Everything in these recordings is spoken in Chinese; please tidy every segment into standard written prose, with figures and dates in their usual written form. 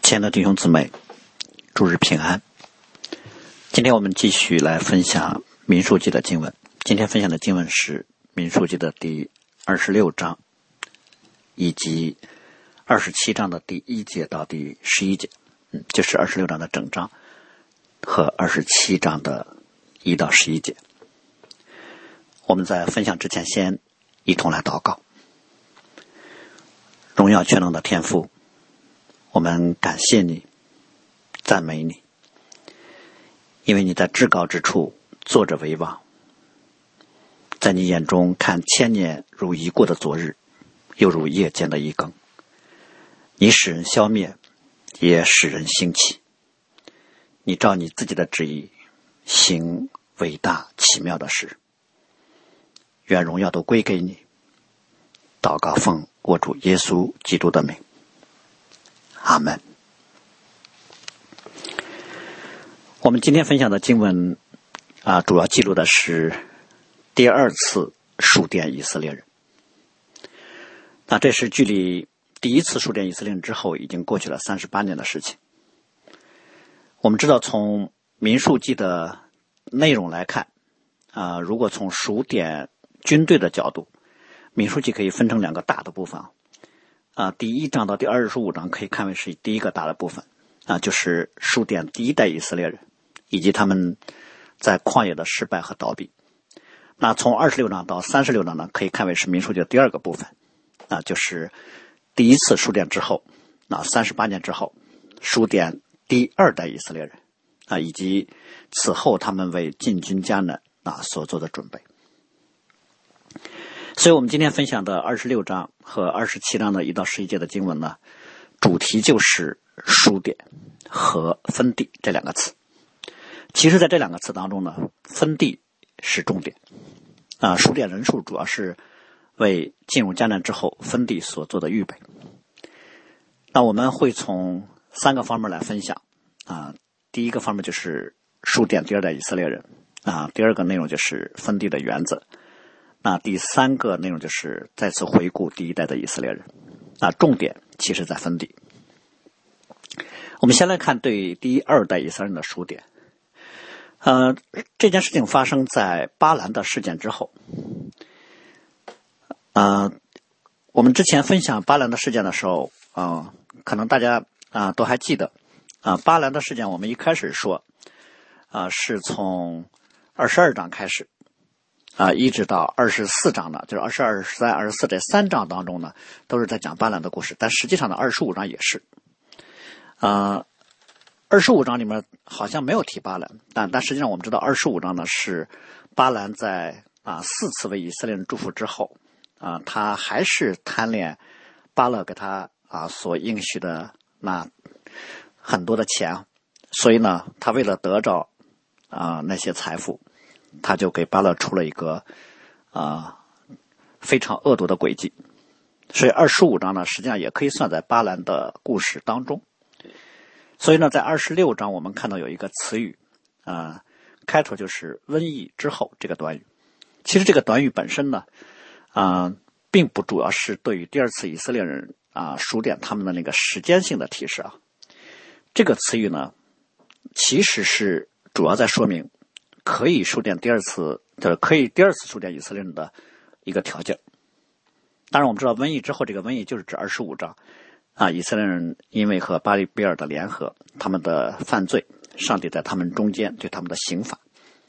亲爱的弟兄姊妹，主日平安。今天我们继续来分享民数记的经文。今天分享的经文是民数记的第26章以及27章的第1节到第11节，就是26章的整章和27章的1到11节。我们在分享之前先一同来祷告。荣耀全能的天父，我们感谢你，赞美你，因为你在至高之处坐着为王，在你眼中看千年如一过的昨日，又如夜间的一更。你使人消灭，也使人兴起。你照你自己的旨意行伟大奇妙的事。愿荣耀都归给你。祷告奉我主耶稣基督的名，阿们。我们今天分享的经文主要记录的是第二次数点以色列人。那这是距离第一次数点以色列人之后已经过去了38年的事情。我们知道从民数记的内容来看如果从数点军队的角度，民数记可以分成两个大的部分第1章到第25章可以看为是第一个大的部分就是数点第一代以色列人以及他们在旷野的失败和倒闭。那从26章到36章呢，可以看为是民数记的第二个部分就是第一次数点之后38年之后数点第二代以色列人以及此后他们为进军迦南所做的准备。所以我们今天分享的26章和27章的1到11节的经文呢，主题就是数点和分地这两个词。其实在这两个词当中呢，分地是重点数点人数主要是为进入迦南之后分地所做的预备。那我们会从3个方面来分享第一个方面就是数点第二代以色列人第二个内容就是分地的原则。那第三个内容就是再次回顾第一代的以色列人重点其实在分地。我们先来看对第二代以色列人的数点。这件事情发生在巴兰的事件之后。我们之前分享巴兰的事件的时候可能大家都还记得巴兰的事件我们一开始说是从22章开始一直到24章呢，就是22、23、24这3章当中呢，都是在讲巴兰的故事。但实际上呢，25章也是。25章里面好像没有提巴兰，但实际上我们知道25章呢是巴兰在4次为以色列人祝福之后他还是贪恋巴勒给他所应许的那很多的钱，所以呢，他为了得着那些财富。他就给巴勒出了一个非常恶毒的诡计。所以25章呢实际上也可以算在巴兰的故事当中。所以呢在26章我们看到有一个词语开头就是瘟疫之后这个短语。其实这个短语本身呢并不主要是对于第二次以色列人数点他们的那个时间性的提示这个词语呢其实是主要在说明可以数点第二次数点以色列人的一个条件。当然我们知道瘟疫之后这个瘟疫就是指25章以色列人因为和巴利比尔的联合，他们的犯罪，上帝在他们中间对他们的刑罚。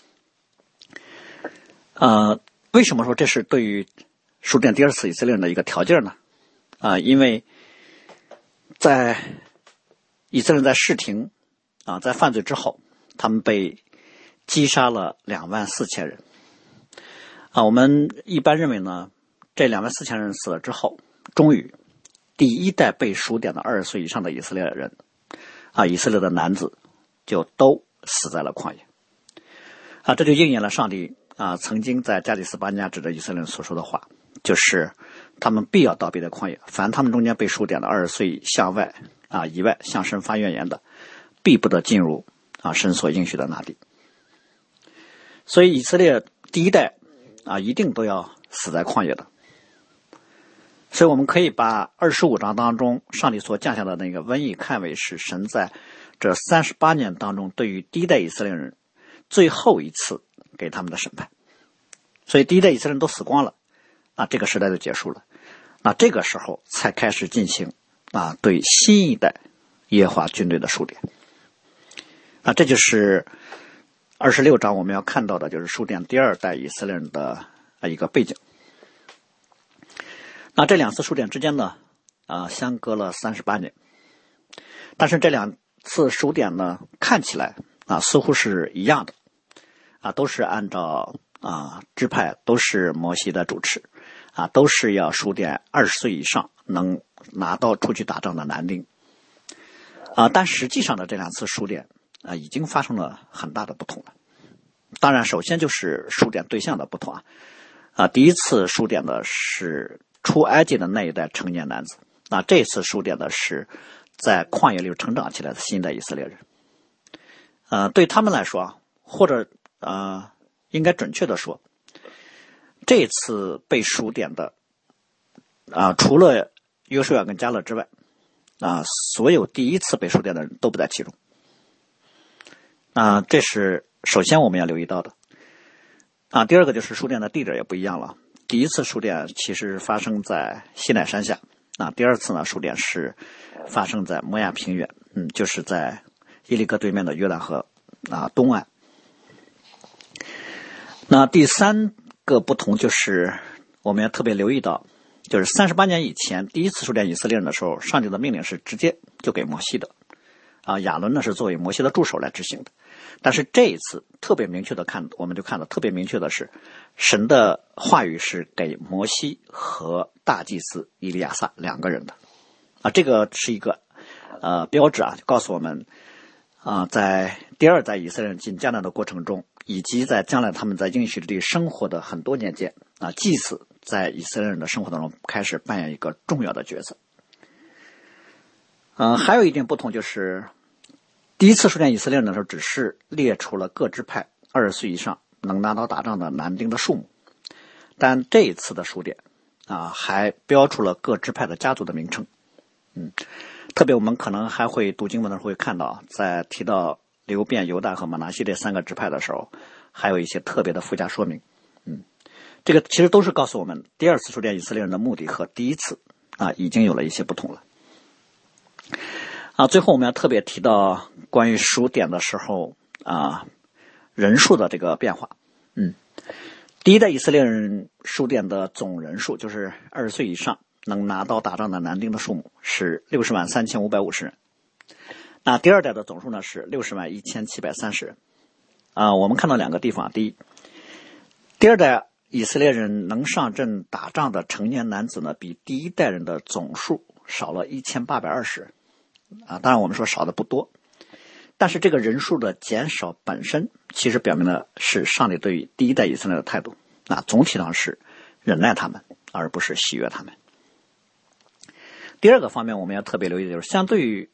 为什么说这是对于数点第二次以色列人的一个条件呢因为在以色列人在示停在犯罪之后，他们被击杀了24000人我们一般认为呢，这24000人死了之后，终于第一代被数点的20岁以上的以色列人以色列的男子就都死在了旷野这就应验了上帝曾经在加利斯巴尼亚指着以色列人所说的话，就是他们必要倒闭在旷野，凡他们中间被数点的20岁以外向神发怨言的，必不得进入神所应许的那地。所以以色列第一代一定都要死在旷野的。 所以我们可以把25章当中上帝所降下的那个瘟疫看为是神在这38年当中对于第一代以色列人最后一次给他们的审判。所以第一代以色列人都死光了，这个时代就结束了。那这个时候才开始进行对新一代耶和华军队的数点。这就是26章我们要看到的，就是数点第二代以色列人的一个背景。那这两次数点之间呢，相隔了38年，但是这两次数点呢，看起来似乎是一样的，都是按照支派，都是摩西的主持，都是要数点20岁以上能拿到出去打仗的男丁，但实际上的这两次数点已经发生了很大的不同了。当然，首先就是数点对象的不同第一次数点的是出埃及的那一代成年男子，这次数点的是在旷野里成长起来的新一代以色列人。对他们来说，或者应该准确的说，这次被数点的除了约书亚跟迦勒之外，所有第一次被数点的人都不在其中。这是首先我们要留意到的。第二个就是数点的地点也不一样了。第一次数点其实发生在西奈山下，第二次呢数点是发生在摩亚平原，就是在耶利哥对面的约旦河东岸。那第三个不同就是我们要特别留意到，就是38年以前第一次数点以色列人的时候，上帝的命令是直接就给摩西的，亚伦呢是作为摩西的助手来执行的。但是这一次特别明确的看，我们就看到特别明确的是，神的话语是给摩西和大祭司以利亚撒两个人的。这个是一个标志就告诉我们在第二代以色列人进迦南的过程中，以及在将来他们在应许之地生活的很多年间祭司在以色列人的生活当中开始扮演一个重要的角色。还有一点不同就是，第一次数点以色列人的时候，只是列出了各支派20岁以上能拿刀打仗的男丁的数目，但这一次的数点还标出了各支派的家族的名称。特别我们可能还会读经文的时候会看到，在提到流便、犹大和玛拿西这三个支派的时候，还有一些特别的附加说明。这个其实都是告诉我们，第二次数点以色列人的目的和第一次已经有了一些不同了。最后我们要特别提到关于数点的时候人数的这个变化。第一代以色列人数点的总人数，就是20岁以上能拿刀打仗的男丁的数目是603550人。那第二代的总数呢是601730人。我们看到两个地方。第一，第二代以色列人能上阵打仗的成年男子呢，比第一代人的总数少了1820人。当然我们说少的不多，但是这个人数的减少本身其实表明的是上帝对于第一代以色列的态度，总体上是忍耐他们，而不是喜悦他们。第二个方面我们要特别留意的就是，相对于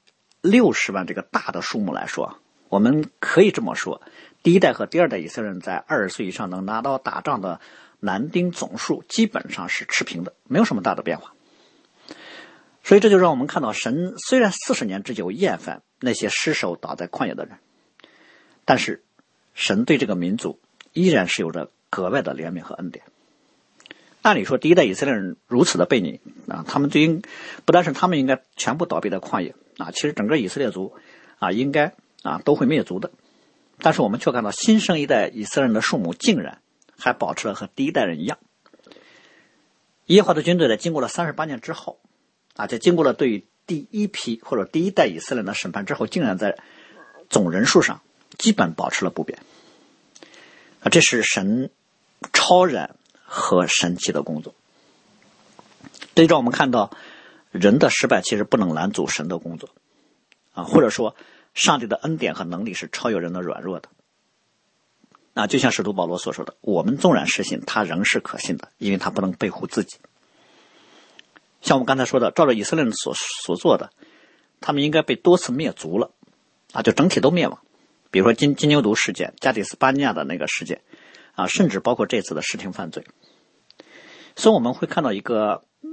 60万这个大的数目来说，我们可以这么说，第一代和第二代以色列人在20岁以上能拿刀打仗的男丁总数基本上是持平的，没有什么大的变化。所以这就让我们看到，神虽然40年之久厌烦那些失手倒在旷野的人，但是神对这个民族依然是有着格外的怜悯和恩典。按理说第一代以色列人如此的悖逆他们不单是他们应该全部倒闭在旷野其实整个以色列族应该都会灭族的。但是我们却看到新生一代以色列人的数目竟然还保持了和第一代人一样。耶和华的军队在经过了38年之后在经过了对于第一批或者第一代以色列人的审判之后，竟然在总人数上基本保持了不变。这是神超然和神奇的工作。这就让我们看到人的失败其实不能拦阻神的工作或者说上帝的恩典和能力是超越人的软弱的。就像使徒保罗所说的，我们纵然失信，他仍是可信的，因为他不能背乎自己。像我们刚才说的，照着以色列人所做的，他们应该被多次灭族了就整体都灭亡。比如说金牛犊事件、加底斯巴尼亚的那个事件甚至包括这次的视听犯罪。所以我们会看到一个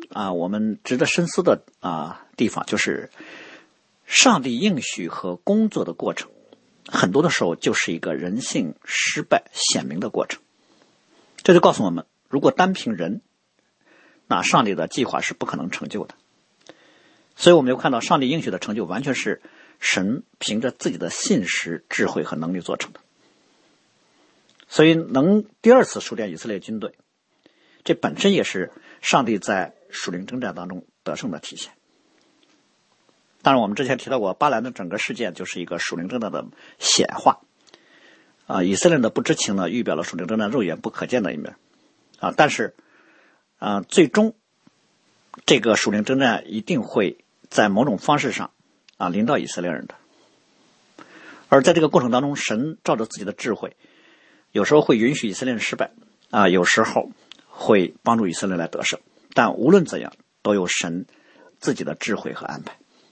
我们值得深思的地方，就是上帝应许和工作的过程，很多的时候就是一个人性失败显明的过程。这就告诉我们，如果单凭人，那上帝的计划是不可能成就的。所以我们就看到上帝应许的成就完全是神凭着自己的信实、智慧和能力做成的。所以能第二次数点以色列军队，这本身也是上帝在属灵征战当中得胜的体现。当然我们之前提到过，巴兰的整个事件就是一个属灵征战的显化。以色列人的不知情呢，预表了属灵征战肉眼不可见的一面。但是最终这个属灵征战一定会在某种方式上临到以色列人的。而在这个过程当中，神照着自己的智慧，有时候会允许以色列人失败有时候会帮助以色列来得胜，但无论怎样都有神自己的智慧和安排。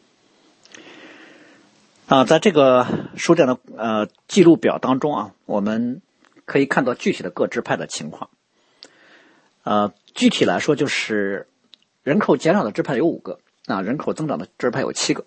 在这个书卷的记录表当中我们可以看到具体的各支派的情况。具体来说，就是人口减少的支派有5个，人口增长的支派有7个。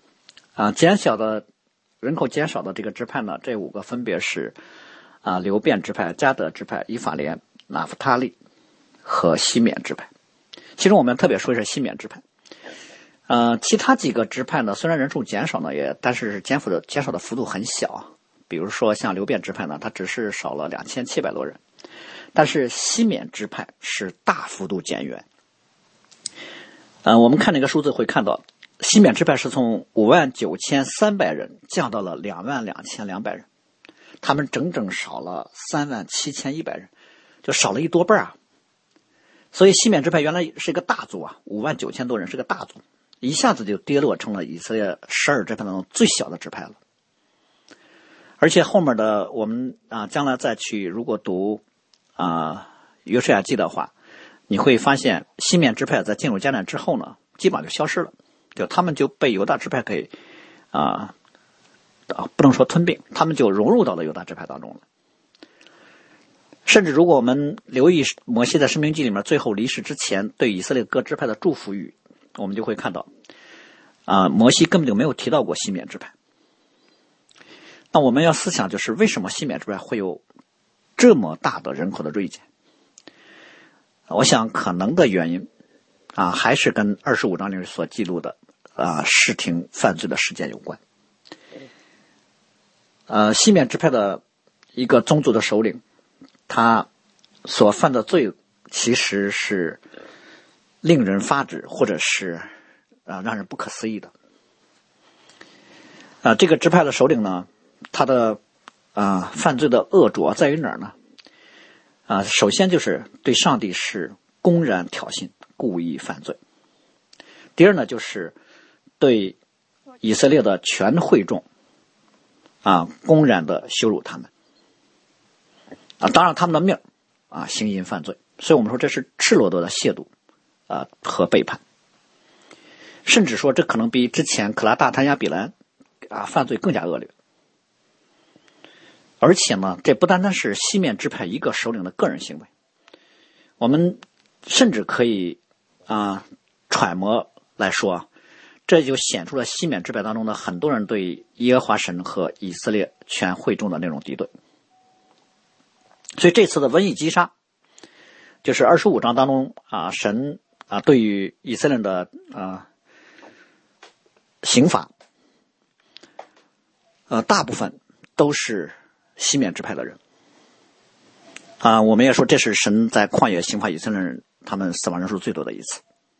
人口减少的这个支派呢，这5个分别是流便支派、迦得支派、以法莲、拿弗他利和西缅支派。其中我们特别说一下西缅支派。其他几个支派呢，虽然人数减少呢，但是减少的幅度很小。比如说像流便支派呢，它只是少了2700多人，但是西缅支派是大幅度减员。我们看这个数字会看到，西缅支派是从59300人降到了22200人，他们整整少了37100人，就少了1多半所以西缅支派原来是一个大族59000多人是个大族，一下子就跌落成了以色列12支派当中最小的支派了。而且后面的我们将来再去如果读约书亚记的话，你会发现西缅支派在进入迦南之后呢，基本上就消失了，就他们就被犹大支派给不能说吞并，他们就融入到了犹大支派当中了。甚至如果我们留意摩西在申命记里面最后离世之前对以色列各支派的祝福语，我们就会看到摩西根本就没有提到过西缅支派。那我们要思想，就是为什么西缅支派会有这么大的人口的锐减？我想可能的原因还是跟25章里所记录的视听犯罪的事件有关。西缅支派的一个宗族的首领，他所犯的罪其实是令人发指，或者是让人不可思议的。这个支派的首领呢，他的犯罪的恶浊在于哪儿呢？首先就是对上帝是公然挑衅，故意犯罪。第二呢，就是对以色列的全会众公然的羞辱他们当然他们的命行淫犯罪。所以我们说这是赤裸裸的亵渎和背叛，甚至说这可能比之前可拉大坦亚比兰犯罪更加恶劣。而且呢，这不单单是西缅支派一个首领的个人行为，我们甚至可以揣摩来说，这就显出了西缅支派当中的很多人对耶和华神和以色列全会众的那种敌对。所以这次的瘟疫击杀，就是25章当中神对于以色列人的刑罚，大部分都是西缅支派的人我们也说这是神在旷野刑罚以色列人他们死亡人数最多的一次。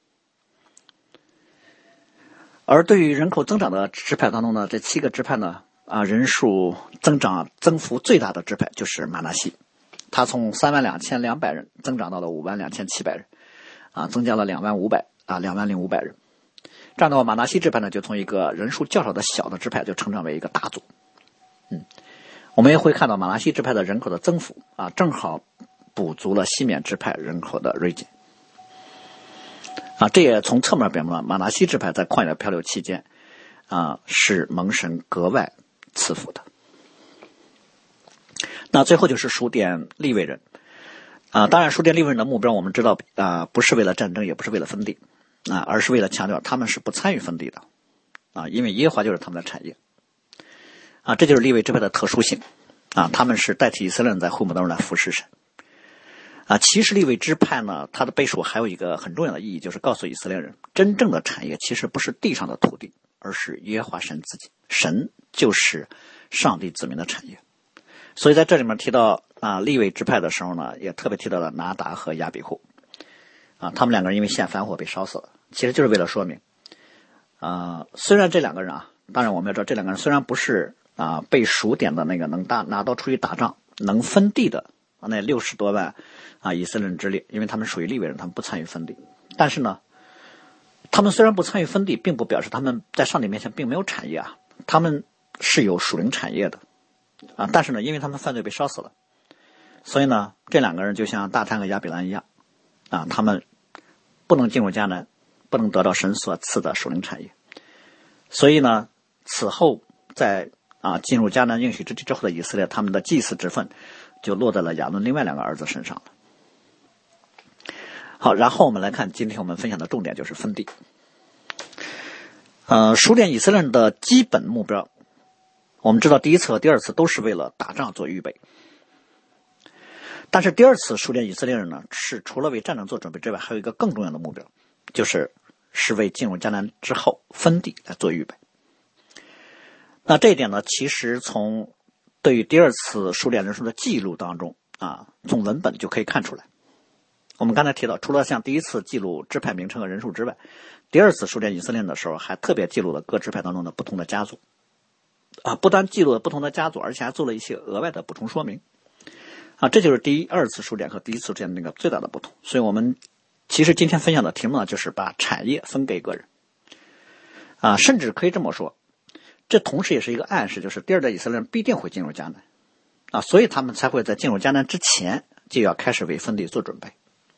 而对于人口增长的支派当中呢，这7个支派呢人数增幅最大的支派就是玛拿西，他从32200人增长到了52700人增加了20500人。这样的话，玛拿西支派呢就从一个人数较少的小的支派就成长为一个大族。我们也会看到玛拿西支派的人口的增幅正好补足了西缅支派人口的锐减这也从侧面表明了玛拿西支派在旷野的漂流期间是蒙神格外赐福的。那最后就是数点利未人当然，数点利未人的目标我们知道不是为了战争，也不是为了分地而是为了强调他们是不参与分地的因为耶和华就是他们的产业这就是利未支派的特殊性他们是代替以色列人在会幕当中来服侍神其实利未支派呢，它的背书还有一个很重要的意义，就是告诉以色列人，真正的产业其实不是地上的土地，而是耶和华神自己，神就是上帝子民的产业。所以在这里面提到利未支派的时候呢，也特别提到了拿达和亚比户他们两个人因为献燔火被烧死了，其实就是为了说明虽然这两个人当然我们要知道这两个人虽然不是被数点的那个能拿刀出去打仗能分地的那60多万以色列人之列，因为他们属于利未人，他们不参与分地。但是呢，他们虽然不参与分地，并不表示他们在上帝面前并没有产业他们是有属灵产业的但是呢，因为他们犯罪被烧死了，所以呢，这两个人就像大贪和亚比兰一样他们不能进入迦南，不能得到神所赐的属灵产业。所以呢，此后在进入迦南应许之地之后的以色列，他们的祭祀之分就落在了亚伦另外两个儿子身上了。好，然后我们来看今天我们分享的重点就是分地。数点以色列人的基本目标，我们知道第一次和第二次都是为了打仗做预备，但是第二次数点以色列人呢，是除了为战争做准备之外，还有一个更重要的目标，就是为进入迦南之后分地来做预备。那这一点呢，其实从对于第二次数点人数的记录当中从文本就可以看出来。我们刚才提到，除了像第一次记录支派名称和人数之外，第二次数点以色列人的时候还特别记录了各支派当中的不同的家族不单记录了不同的家族，而且还做了一些额外的补充说明这就是第二次数点和第一次数点那个最大的不同。所以我们其实今天分享的题目呢，就是把产业分给个人甚至可以这么说，这同时也是一个暗示，就是第二代以色列人必定会进入迦南所以他们才会在进入迦南之前就要开始为分地做准备。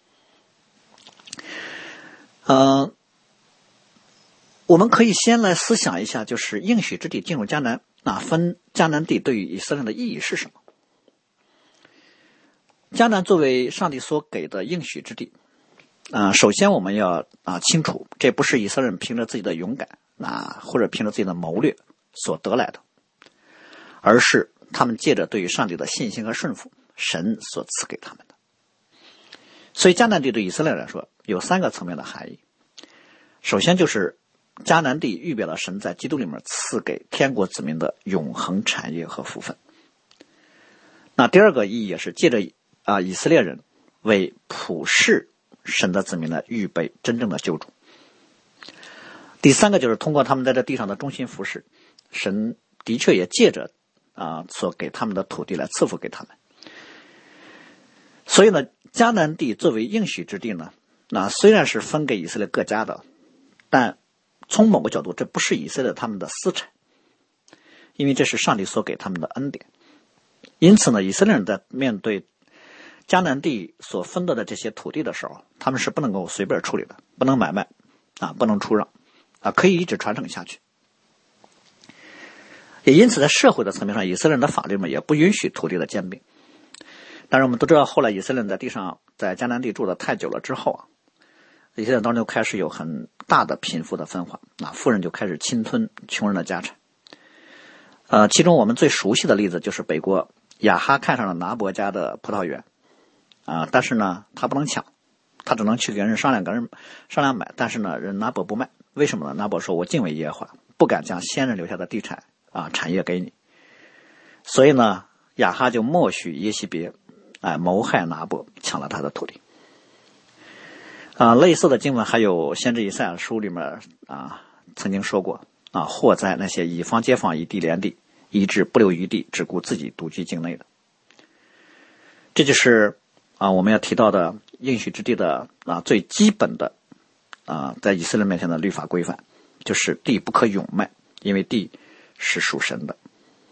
我们可以先来思想一下，就是应许之地进入迦南分迦南地对于以色列的意义是什么？迦南作为上帝所给的应许之地首先我们要清楚，这不是以色列人凭着自己的勇敢或者凭着自己的谋略所得来的，而是他们借着对于上帝的信心和顺服，神所赐给他们的。所以迦南地对以色列来说有3个层面的含义。首先就是迦南地预备了神在基督里面赐给天国子民的永恒产业和福分。那第二个意义也是借着以色列人为普世神的子民来预备真正的救主。第3个就是通过他们在这地上的忠心服侍，神的确也借着所给他们的土地来赐福给他们。所以呢，迦南地作为应许之地呢，虽然是分给以色列各家的，但从某个角度这不是以色列他们的私产，因为这是上帝所给他们的恩典。因此呢，以色列人在面对迦南地所分得的这些土地的时候，他们是不能够随便处理的，不能买卖不能出让可以一直传承下去。也因此在社会的层面上，以色列人的法律也不允许土地的兼并。但是我们都知道，后来以色列人在地上在迦南地住的太久了之后以色列当中就开始有很大的贫富的分化富人就开始侵吞穷人的家产。其中我们最熟悉的例子就是北国亚哈看上了拿伯家的葡萄园但是呢他不能抢，他只能去跟人商量买，但是呢人拿伯不卖。为什么呢？拿伯说，我敬畏耶和华，不敢将先人留下的地产产业给你。所以呢亚哈就默许耶西别谋害拿伯，抢了他的土地。类似的经文还有先知以赛亚书里面曾经说过祸哉那些以方接方，以地连地，以致不留余地，只顾自己独居境内的。这就是我们要提到的应许之地的最基本的在以色列面前的律法规范，就是地不可永卖，因为地是属神的。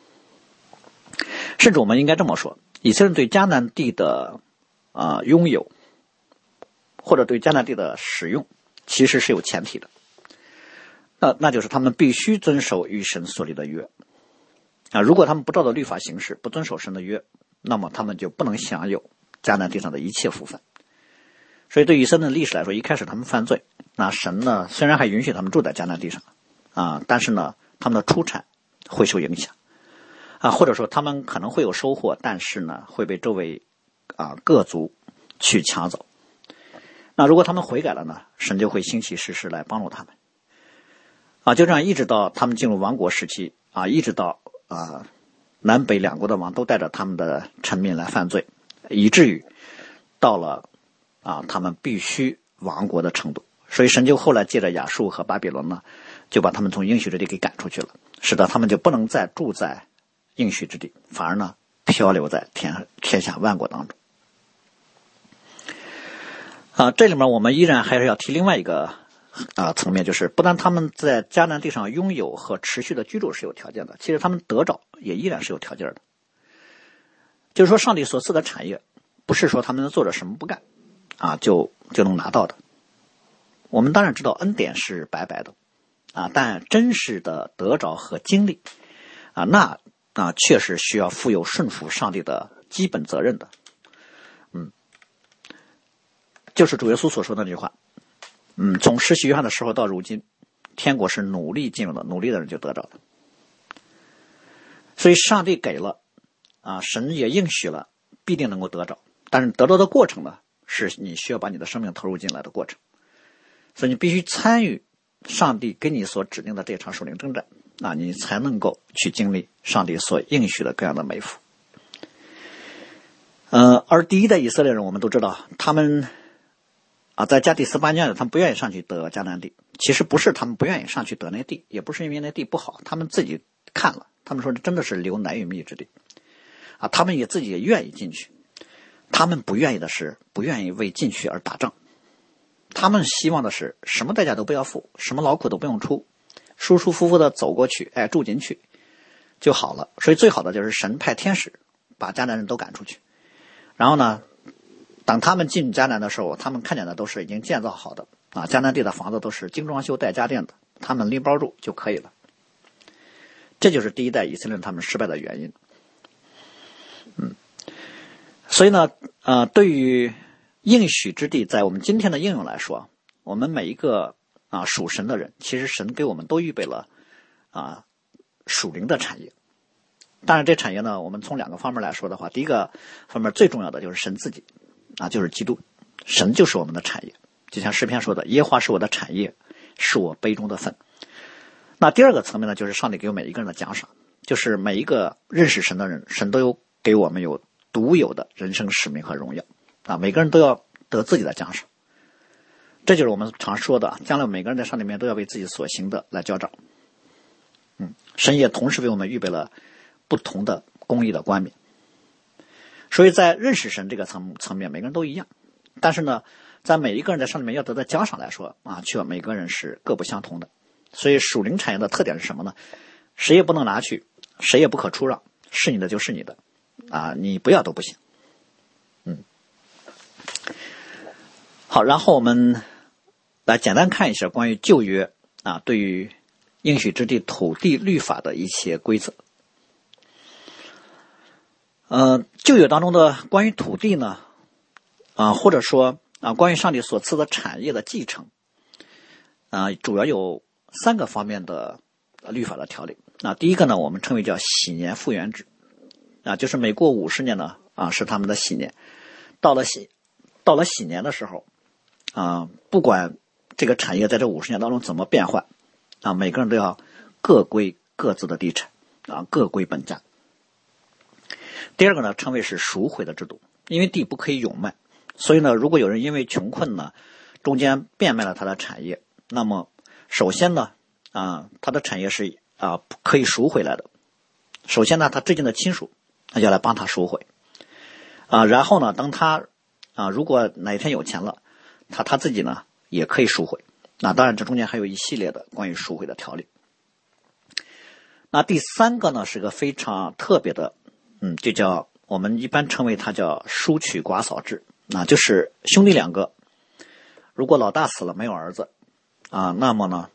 甚至我们应该这么说，以色列人对迦南地的拥有或者对迦南地的使用其实是有前提的，那就是他们必须遵守与神所立的约如果他们不照着律法行事，不遵守神的约，那么他们就不能享有迦南地上的一切福分。所以对以色列的历史来说，一开始他们犯罪，那神呢虽然还允许他们住在迦南地上但是呢他们的出产会受影响或者说他们可能会有收获，但是呢会被周围各族去抢走。那如果他们悔改了呢，神就会兴起士师来帮助他们就这样一直到他们进入王国时期一直到南北两国的王都带着他们的臣民来犯罪，以至于到了他们必须亡国的程度。所以神就后来借着亚述和巴比伦呢，就把他们从应许之地给赶出去了，使得他们就不能再住在应许之地，反而呢漂流在天下万国当中。这里面我们依然还是要提另外一个层面，就是不但他们在迦南地上拥有和持续的居住是有条件的，其实他们得着也依然是有条件的。就是说上帝所赐的产业不是说他们能做着什么不干就能拿到的。我们当然知道恩典是白白的但真实的得着和经历那确实需要负有顺服上帝的基本责任的。就是主耶稣所说的那句话，从施洗约翰的时候到如今，天国是努力进入的，努力的人就得着的。所以上帝给了神也应许了，必定能够得着。但是得着的过程呢，是你需要把你的生命投入进来的过程。所以你必须参与上帝给你所指定的这场属灵征战你才能够去经历上帝所应许的各样的美福。而第一代以色列人我们都知道，他们在加第18年他们不愿意上去得迦南地。其实不是他们不愿意上去得那地，也不是因为那地不好，他们自己看了，他们说真的是流奶与蜜之地他们自己也愿意进去。他们不愿意的是不愿意为进去而打仗，他们希望的是什么代价都不要付，什么劳苦都不用出，舒舒服服的走过去住进去就好了。所以最好的就是神派天使把迦南人都赶出去，然后呢当他们进迦南的时候，他们看见的都是已经建造好的迦南地的房子都是精装修带家电的，他们拎包住就可以了。这就是第一代以色列人他们失败的原因。所以呢对于应许之地在我们今天的应用来说，我们每一个属神的人，其实神给我们都预备了属灵的产业。当然这产业呢，我们从两个方面来说的话，第一个方面最重要的就是神自己就是基督，神就是我们的产业。就像诗篇说的，耶和华是我的产业，是我杯中的分。那第二个层面呢，就是上帝给我每一个人的奖赏，就是每一个认识神的人，神都有给我们有独有的人生使命和荣耀每个人都要得自己的奖赏。这就是我们常说的，将来每个人在上帝面都要为自己所行的来交账。神也同时为我们预备了不同的公义的冠冕。所以在认识神这个层面，每个人都一样，但是呢在每一个人在上帝面要得的奖赏来说却每个人是各不相同的。所以属灵产业的特点是什么呢？谁也不能拿去，谁也不可出让，是你的就是你的你不要都不行。好，然后我们来简单看一下关于旧约对于应许之地土地律法的一些规则。旧约当中的关于土地呢或者说关于上帝所赐的产业的继承主要有3个方面的律法的条例。第一个呢，我们称为叫禧年复原制就是每过50年呢是他们的禧年。到了禧年的时候不管这个产业在这50年当中怎么变换每个人都要各归各自的地产各归本家。第二个呢，称为是赎回的制度，因为地不可以永卖，所以呢如果有人因为穷困呢中间变卖了他的产业，那么首先呢他的产业是可以赎回来的。首先呢他至近的亲属要来帮他赎回然后呢当他如果哪一天有钱了，他自己呢也可以赎回。当然这中间还有一系列的关于赎回的条例。那第3个呢是个非常特别的就叫我们一般称为它叫叔娶寡嫂制就是兄弟2个，如果老大死了没有儿子那么呢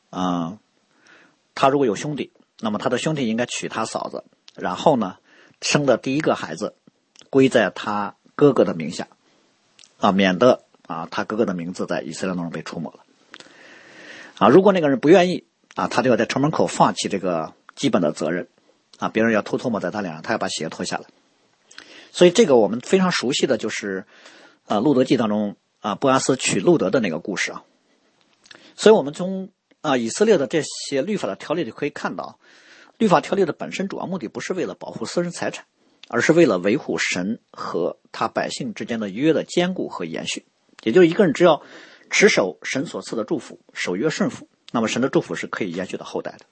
他如果有兄弟，那么他的兄弟应该娶他嫂子，然后呢生的第一个孩子归在他哥哥的名下，免得他哥哥的名字在以色列当中被出没了。如果那个人不愿意他就要在城门口放弃这个基本的责任别人要偷摸在他脸上，他要把鞋脱下来。所以这个我们非常熟悉的就是路德记当中波阿斯娶路德的那个故事所以我们从以色列的这些律法的条例就可以看到，律法条例的本身主要目的不是为了保护私人财产，而是为了维护神和他百姓之间的约的坚固和延续。也就是一个人只要持守神所赐的祝福，守约顺服，那么神的祝福是可以延续到后代的。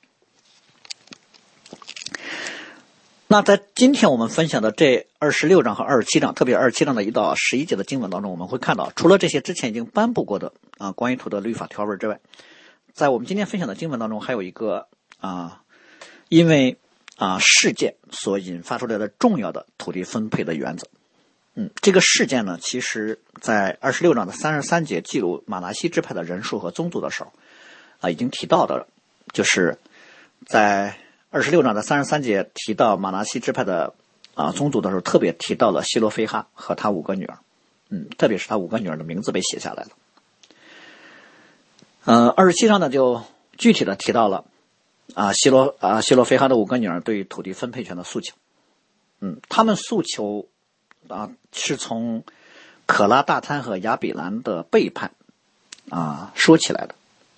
那在今天我们分享的这26章和27章，特别27章的1到11节的经文当中，我们会看到，除了这些之前已经颁布过的关于土的律法条文之外，在我们今天分享的经文当中，还有一个因为事件所引发出来的重要的土地分配的原则。这个事件呢，其实在26章的33节记录马拿西支派的人数和宗族的时候已经提到的，就是在26章的33节提到马拿西支派的宗族的时候，特别提到了希罗非哈和他5个女儿，特别是他5个女儿的名字被写下来了。27章呢就具体的提到了希罗非哈的5个女儿对于土地分配权的诉求。他们诉求是从可拉、大贪和亚比兰的背叛说起来的。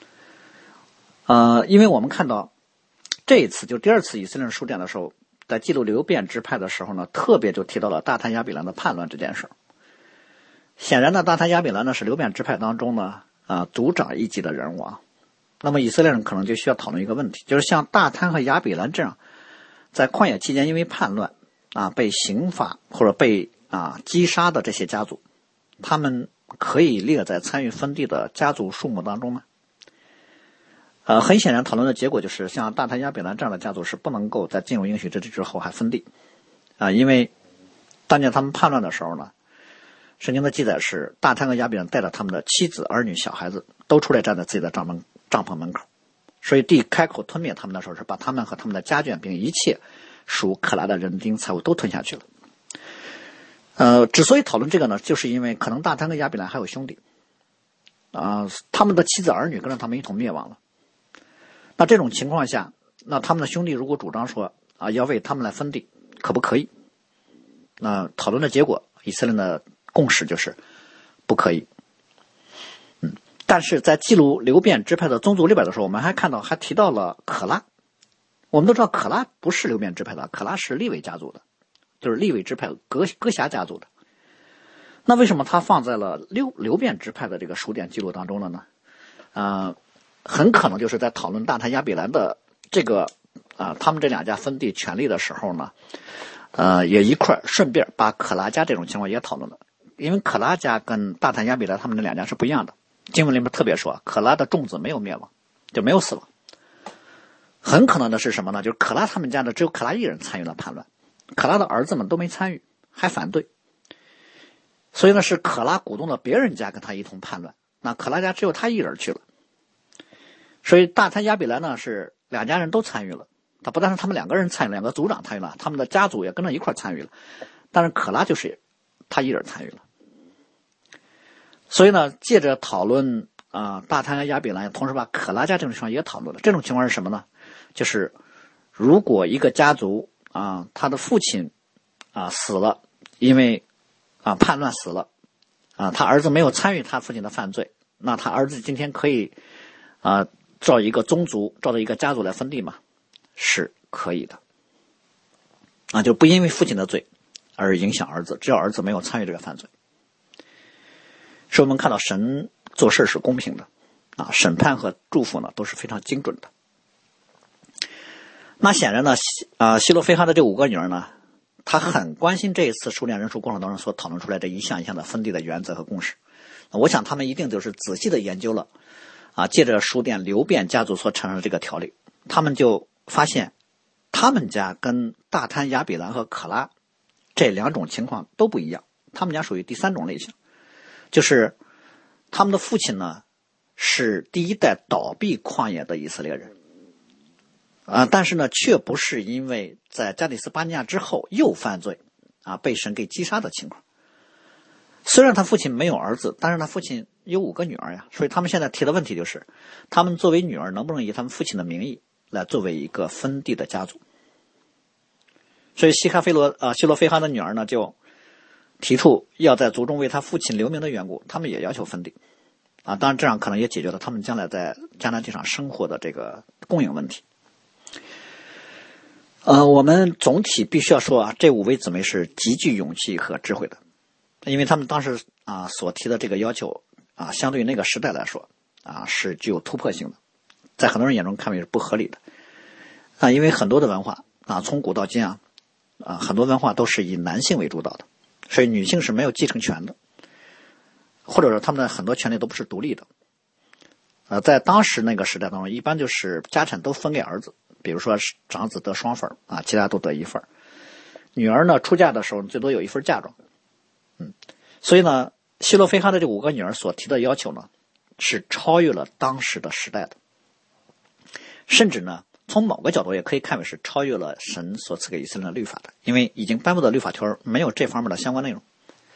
因为我们看到这一次就第二次以色列人书典的时候，在记录流变支派的时候呢，特别就提到了大贪亚比兰的叛乱这件事。显然呢，大贪亚比兰呢是流变支派当中呢族长一级的人物那么以色列人可能就需要讨论一个问题，就是像大贪和亚比兰这样在旷野期间因为叛乱被刑罚或者被击杀的这些家族，他们可以列在参与分地的家族数目当中吗？很显然讨论的结果就是像大贪亚比兰这样的家族是不能够在进入应许之地之后还分地因为当年他们叛乱的时候呢，圣经的记载是大贪和亚比兰带着他们的妻子儿女小孩子都出来站在自己的帐篷门口，所以地开口吞灭他们的时候是把他们和他们的家眷并一切属可拉的人丁财物都吞下去了。之所以讨论这个呢，就是因为可能大贪和亚比兰还有兄弟他们的妻子儿女跟着他们一同灭亡了。那这种情况下，那他们的兄弟如果主张说要为他们来分地，可不可以？那讨论的结果，以色列的共识就是不可以。但是在记录流变支派的宗族里边的时候，我们还看到还提到了可拉。我们都知道可拉不是流变支派的，可拉是利未家族的，就是利未支派哥辖家族的。那为什么他放在了流变支派的这个书典记录当中了呢？很可能就是在讨论大贪亚比兰的这个他们这两家分地权利的时候呢，也一块顺便把可拉家这种情况也讨论了。因为可拉家跟大贪亚比兰他们这两家是不一样的，经文里面特别说可拉的众子没有灭亡，就没有死亡。很可能的是什么呢？就是可拉他们家的只有可拉一人参与了叛乱，可拉的儿子们都没参与，还反对。所以呢，是可拉鼓动了别人家跟他一同叛乱，那可拉家只有他一人去了。所以大贪亚比兰呢是两家人都参与了，他不但是他们两个人参与了，两个族长参与了，他们的家族也跟着一块参与了，但是可拉就是他一人参与了。所以呢，借着讨论大贪亚比兰，同时把可拉家这种情况也讨论了。这种情况是什么呢？就是如果一个家族他的父亲死了，因为叛乱死了他儿子没有参与他父亲的犯罪，那他儿子今天可以照一个宗族，照着一个家族来分地吗？是可以的就不因为父亲的罪而影响儿子，只要儿子没有参与这个犯罪。所以我们看到神做事是公平的审判和祝福呢都是非常精准的。那显然呢希罗非哈的这5个女儿呢，他很关心这一次数量人数过程当中所讨论出来的一项一项的分地的原则和共识。我想他们一定就是仔细的研究了借着书典流变家族所产生的这个条例，他们就发现他们家跟大贪亚比兰和可拉这两种情况都不一样，他们家属于第三种类型，就是他们的父亲呢是第一代倒闭旷野的以色列人但是呢却不是因为在加利斯巴尼亚之后又犯罪被神给击杀的情况， 虽然他父亲没有儿子，但是他父亲有5个女儿呀，所以他们现在提的问题就是，他们作为女儿能不能以他们父亲的名义来作为一个分地的家族。所以希罗非哈的女儿呢，就提出要在族中为他父亲留名的缘故，他们也要求分地当然这样可能也解决了他们将来在迦南地上生活的这个供应问题。我们总体必须要说这5位姊妹是极具勇气和智慧的，因为他们当时所提的这个要求相对于那个时代来说是具有突破性的，在很多人眼中看为是不合理的因为很多的文化从古到今很多文化都是以男性为主导的，所以女性是没有继承权的，或者说他们的很多权利都不是独立的。在当时那个时代当中，一般就是家产都分给儿子，比如说长子得2份其他都得1份。女儿呢出嫁的时候最多有1份嫁妆。所以呢，希罗非哈的这5个女儿所提的要求呢，是超越了当时的时代的，甚至呢，从某个角度也可以看为是超越了神所赐给以色列的律法的，因为已经颁布的律法条没有这方面的相关内容。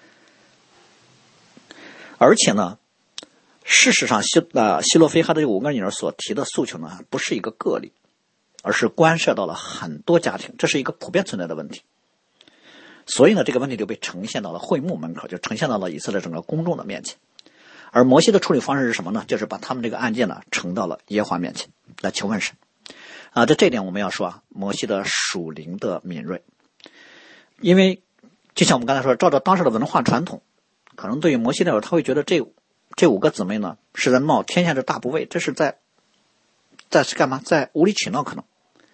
而且呢，事实上希罗非哈的这5个女儿所提的诉求呢，不是一个个例，而是关涉到了很多家庭，这是一个普遍存在的问题。所以呢，这个问题就被呈现到了会幕门口，就呈现到了以色列整个公众的面前。而摩西的处理方式是什么呢？就是把他们这个案件呢呈到了耶和华面前来求问神。在这点我们要说摩西的属灵的敏锐，因为就像我们刚才说，照着当时的文化传统，可能对于摩西来说，他会觉得这5个姊妹呢是在冒天下之大不韪，这是在干嘛？在无理取闹可能。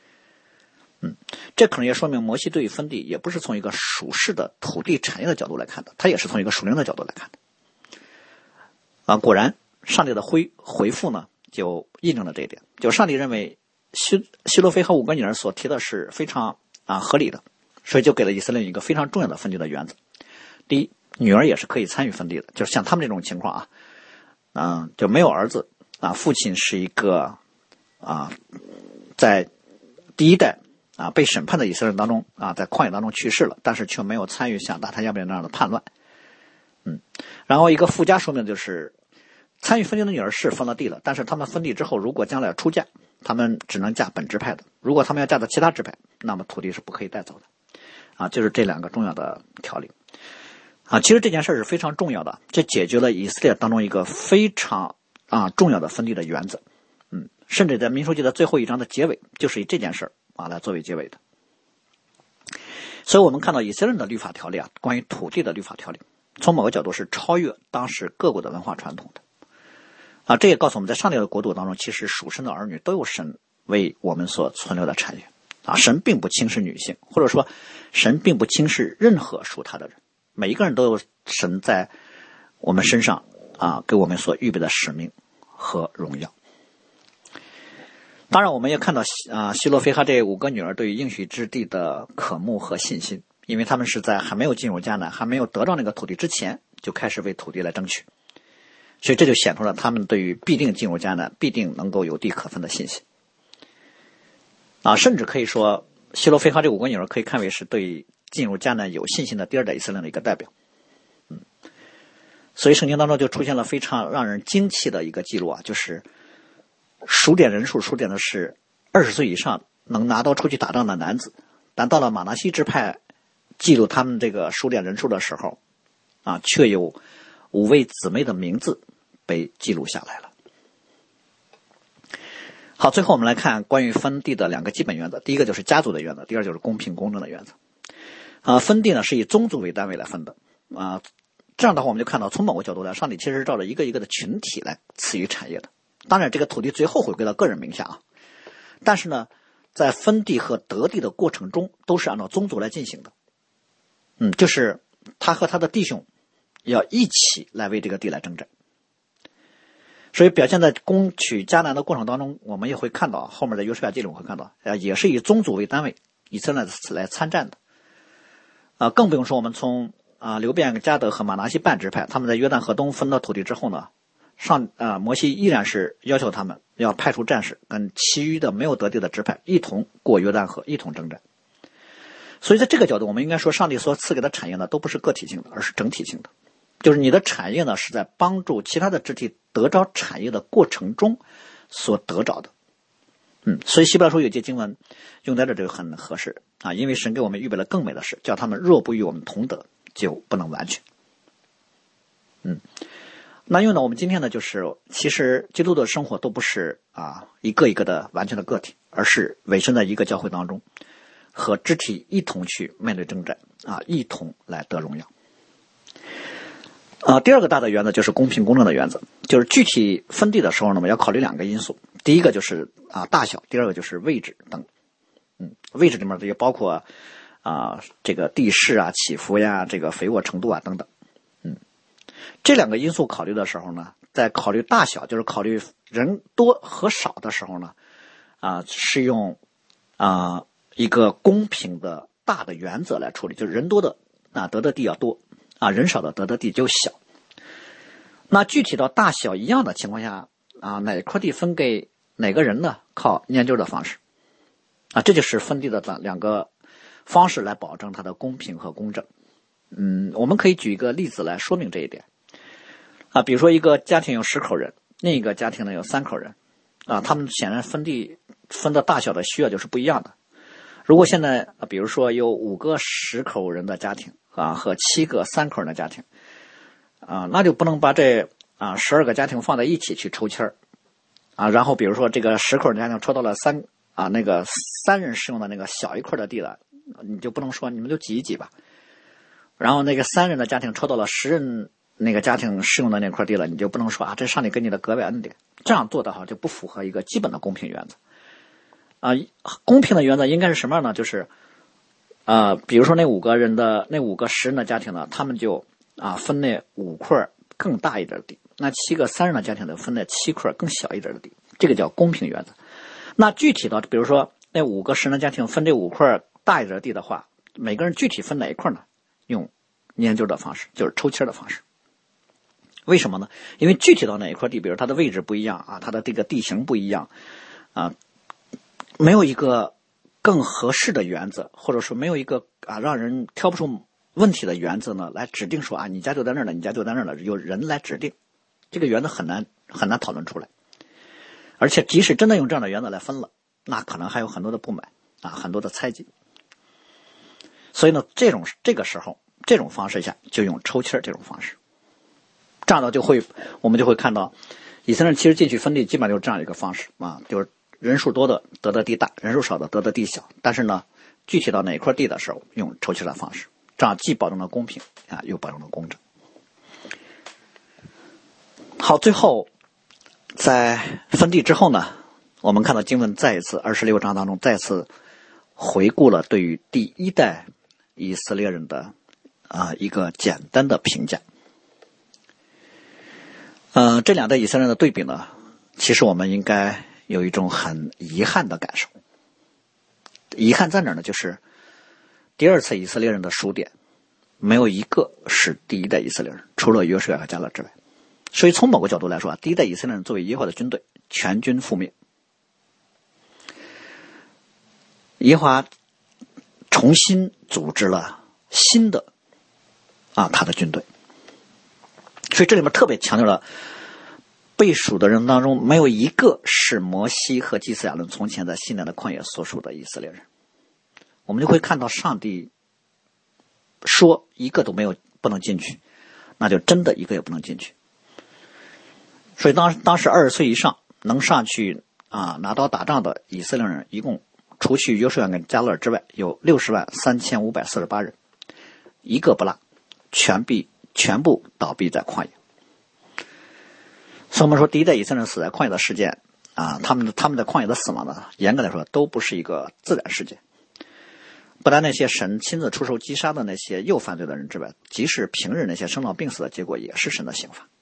这可能也说明摩西对于分地也不是从一个属世的土地产业的角度来看的，他也是从一个属灵的角度来看的。果然上帝的回复呢就印证了这一点，就上帝认为希罗非和5个女儿所提的是非常合理的，所以就给了以色列一个非常重要的分地的原则。第一，女儿也是可以参与分地的，就是像他们这种情况就没有儿子父亲是一个在第一代被审判的以色列人当中在旷野当中去世了，但是却没有参与像大他亚别那样的叛乱。然后一个附加说明就是参与分地的女儿是分了地了，但是他们分地之后，如果将来要出嫁，他们只能嫁本支派的，如果他们要嫁到其他支派，那么土地是不可以带走的就是这2个重要的条例其实这件事是非常重要的，这解决了以色列当中一个非常重要的分地的原则。甚至在民数记的最后1章的结尾就是以这件事来作为结尾的。所以我们看到以色列人的律法条例关于土地的律法条例，从某个角度是超越当时各国的文化传统的这也告诉我们，在上帝的国度当中，其实属神的儿女都有神为我们所存留的产业神并不轻视女性，或者说神并不轻视任何属他的人，每一个人都有神在我们身上给我们所预备的使命和荣耀。当然我们也看到希罗非哈这5个女儿对于应许之地的渴慕和信心，因为他们是在还没有进入迦南，还没有得到那个土地之前就开始为土地来争取，所以这就显出了他们对于必定进入迦南，必定能够有地可分的信心甚至可以说希罗非哈这5个女儿可以看为是对进入迦南有信心的第2代以色列的一个代表。所以圣经当中就出现了非常让人惊奇的一个记录就是数点人数数点的是20岁以上能拿刀出去打仗的男子，但到了马拿西支派记录他们这个数点人数的时候却有5位姊妹的名字被记录下来了。好，最后我们来看关于分地的2个基本原则，第一个就是家族的原则，第二就是公平公正的原则分地呢是以宗族为单位来分的这样的话我们就看到，从某个角度来，上帝其实是照着一个一个的群体来赐予产业的。当然这个土地最后回归到个人名下但是呢在分地和得地的过程中都是按照宗族来进行的就是他和他的弟兄要一起来为这个地来征战。所以表现在攻取迦南的过程当中，我们也会看到后面的约书亚记里我们会看到也是以宗族为单位以色列来参战的更不用说我们从流便、迦得和马拿西半支派，他们在约旦河东分到土地之后呢，摩西依然是要求他们要派出战士跟其余的没有得地的支派一同过约旦河，一同征战。所以在这个角度，我们应该说上帝所赐给的产业呢都不是个体性的，而是整体性的就是你的产业呢是在帮助其他的肢体得着产业的过程中所得着的。所以希伯来书有节经文用在这就很合适啊，因为神给我们预备了更美的事，叫他们若不与我们同得，就不能完全。那用到我们今天呢，就是其实基督的生活都不是一个一个的完全的个体，而是委身在一个教会当中，和肢体一同去面对征战一同来得荣耀。第二个大的原则就是公平公正的原则，就是具体分地的时候呢，我们要考虑两个因素，第一个就是大小，第二个就是位置等。位置里面也包括这个地势起伏呀，这个肥沃程度等等。这两个因素考虑的时候呢，在考虑大小，就是考虑人多和少的时候呢，是用一个公平的大的原则来处理，就是人多的得的地要多人少的得的地就小。那具体到大小一样的情况下哪一块地分给哪个人呢？靠研究的方式这就是分地的两个方式来保证它的公平和公正。我们可以举一个例子来说明这一点比如说一个家庭有10口人，另一个家庭呢有3口人他们显然分地分的大小的需要就是不一样的。如果现在比如说有5个10口人的家庭和7个3口人的家庭那就不能把这12个家庭放在一起去抽签然后比如说这个10口人的家庭抽到了那个3人使用的那个小一块的地了，你就不能说你们就挤一挤吧。然后那个3人的家庭抽到了10人那个家庭使用的那块地了，你就不能说这上帝跟你的隔壁恩典。这样做的话就不符合一个基本的公平原则公平的原则应该是什么呢？就是比如说那5个10人的家庭呢，他们就分那5块更大一点的地，那7个3人的家庭呢分那7块更小一点的地，这个叫公平原则。那具体的比如说那5个10人的家庭分这5块大一点的地的话，每个人具体分哪一块呢？用研究的方式，就是抽签的方式。为什么呢？因为具体到哪一块地，比如它的位置不一样它的这个地形不一样没有一个更合适的原则，或者说没有一个让人挑不出问题的原则呢，来指定说你家就在那儿了，你家就在那儿了，有人来指定，这个原则很难讨论出来。而且即使真的用这样的原则来分了，那可能还有很多的不满很多的猜忌。所以呢，这个时候这种方式下就用抽签这种方式，这样的我们就会看到以色列人其实进去分地基本上就是这样一个方式就是人数多的得的地大，人数少的得的地小。但是呢，具体到哪一块地的时候用抽签的方式，这样既保证了公平又保证了公正。好，最后在分地之后呢，我们看到经文再一次26章当中再次回顾了对于第一代以色列人的一个简单的评价。这两代以色列人的对比呢，其实我们应该有一种很遗憾的感受。遗憾在哪儿呢？就是第二次以色列人的数点没有一个是第一代以色列人，除了约书亚和迦勒之外。所以从某个角度来说第一代以色列人作为耶和华的军队全军覆灭，耶和华重新组织了新的他的军队。所以这里面特别强调了被数的人当中没有一个是摩西和祭司亚伦从前在西奈的旷野所属的以色列人。我们就会看到上帝说一个都没有不能进去，那就真的一个也不能进去。所以当时20岁以上能上去拿刀打仗的以色列人，一共除去约书亚跟迦勒之外有603548人，一个不落，全部倒闭在旷野。所以我们说第一代以色列人死在旷野的事件他们在旷野的死亡呢，严格来说都不是一个自然事件。不但那些神亲自出手击杀的那些又犯罪的人之外，即使平日那些生老病死的结果也是神的刑罚。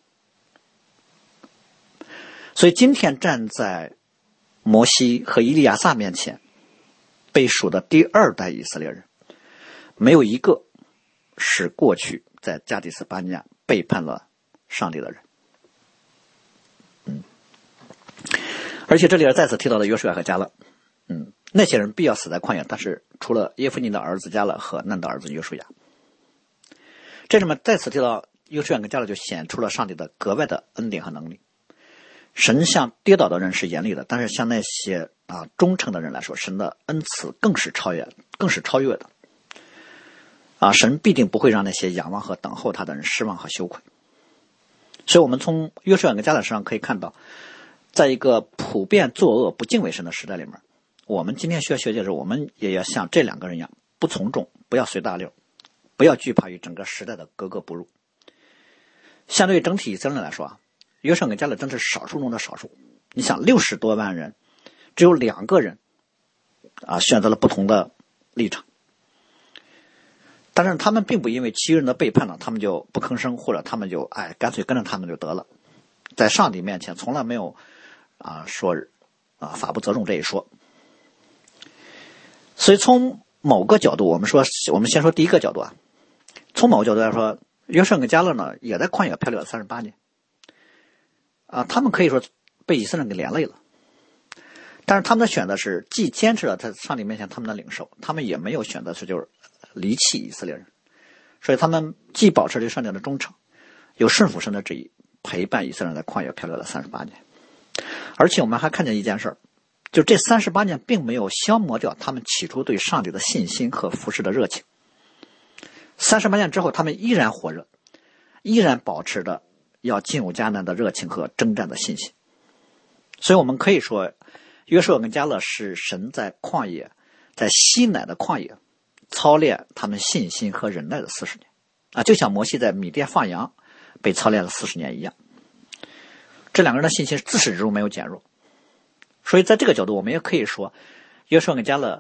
所以今天站在摩西和以利亚撒面前被数的第二代以色列人，没有一个是过去在加迪斯巴尼亚背叛了上帝的人。而且这里再次提到了约书亚和迦勒，那些人必要死在旷野，但是除了耶夫尼的儿子迦勒和嫩的儿子约书亚。这里面再次提到约书亚跟迦勒就显出了上帝的格外的恩典和能力。神向跌倒的人是严厉的，但是向那些忠诚的人来说，神的恩慈更是超越的。神必定不会让那些仰望和等候他的人失望和羞愧。所以我们从约书亚跟迦勒身上可以看到，在一个普遍作恶不敬畏神的时代里面，我们今天需要学习的是，我们也要像这两个人一样，不从众，不要随大流，不要惧怕与整个时代的格格不入。相对于整体以色列人来说约书亚跟迦勒真是少数中的少数。你想60多万人，只有2个人选择了不同的立场。但是他们并不因为其余人的背叛呢，他们就不吭声，或者他们就干脆跟着他们就得了。在上帝面前从来没有说法不责众这一说。所以从某个角度，我们先说第一个角度从某个角度来说，约书亚跟迦勒呢也在旷野漂流了38年他们可以说被以色列人给连累了。但是他们的选择是既坚持了在上帝面前他们的领受，他们也没有选择是就是离弃以色列人。所以他们既保持对上帝的忠诚，有顺服神的旨意，陪伴以色列人在旷野漂流了38年。而且我们还看见一件事，就这38年并没有消磨掉他们起初对上帝的信心和服侍的热情。38年之后，他们依然火热，依然保持着要进入迦南的热情和征战的信心。所以我们可以说，约书亚跟迦勒是神在旷野，在西乃的旷野操练他们信心和忍耐的40年就像摩西在米甸放羊被操练了40年一样。这两个人的信心自始至终没有减弱。所以在这个角度，我们也可以说，约书亚跟迦勒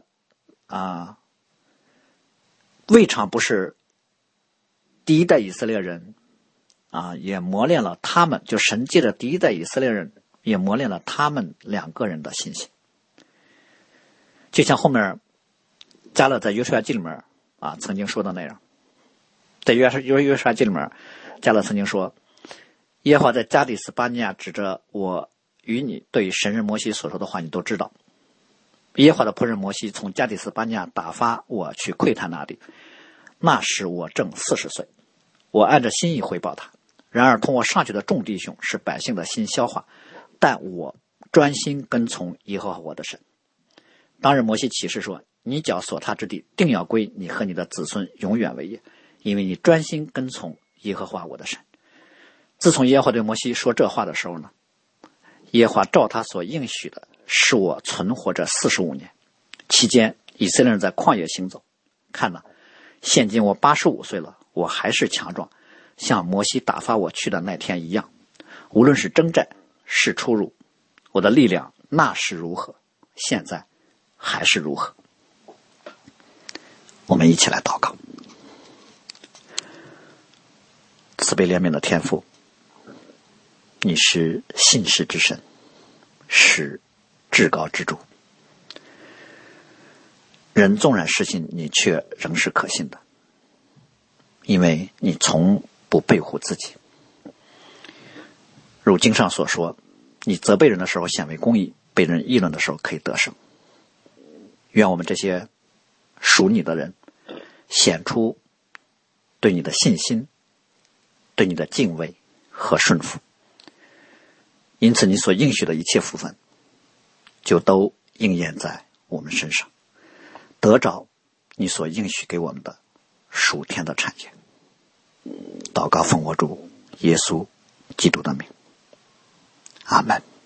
未尝不是第一代以色列人也磨练了他们，就神借着第一代以色列人也磨练了他们2个人的信心。就像后面迦勒在约书亚记里面曾经说的那样，在约书亚记里面，迦勒曾经说，耶和华在加底斯巴尼亚指着我与你对神人摩西所说的话，你都知道。耶和华的仆人摩西从加底斯巴尼亚打发我去窥探那地，那时我正40岁，我按着心意回报他。然而同我上去的众弟兄是百姓的心消化，但我专心跟从耶和华我的神。当日摩西起誓说，你脚所踏之地定要归你和你的子孙永远为业，因为你专心跟从耶和华我的神。自从耶和华对摩西说这话的时候呢，耶和华照他所应许的使我存活着45年，期间以色列人在旷野行走。看哪，现今我85岁了，我还是强壮，像摩西打发我去的那天一样。无论是征战是出入，我的力量那是如何，现在还是如何。我们一起来祷告。慈悲怜悯的天父，你是信实之神，是至高之主。人纵然失信，你却仍是可信的，因为你从不背乎自己。如经上所说，你责备人的时候显为公义，被人议论的时候可以得胜。愿我们这些属你的人显出对你的信心，对你的敬畏和顺服，因此你所应许的一切福分就都应验在我们身上，得着你所应许给我们的属天的产业。祷告奉我主耶稣基督的名，阿们。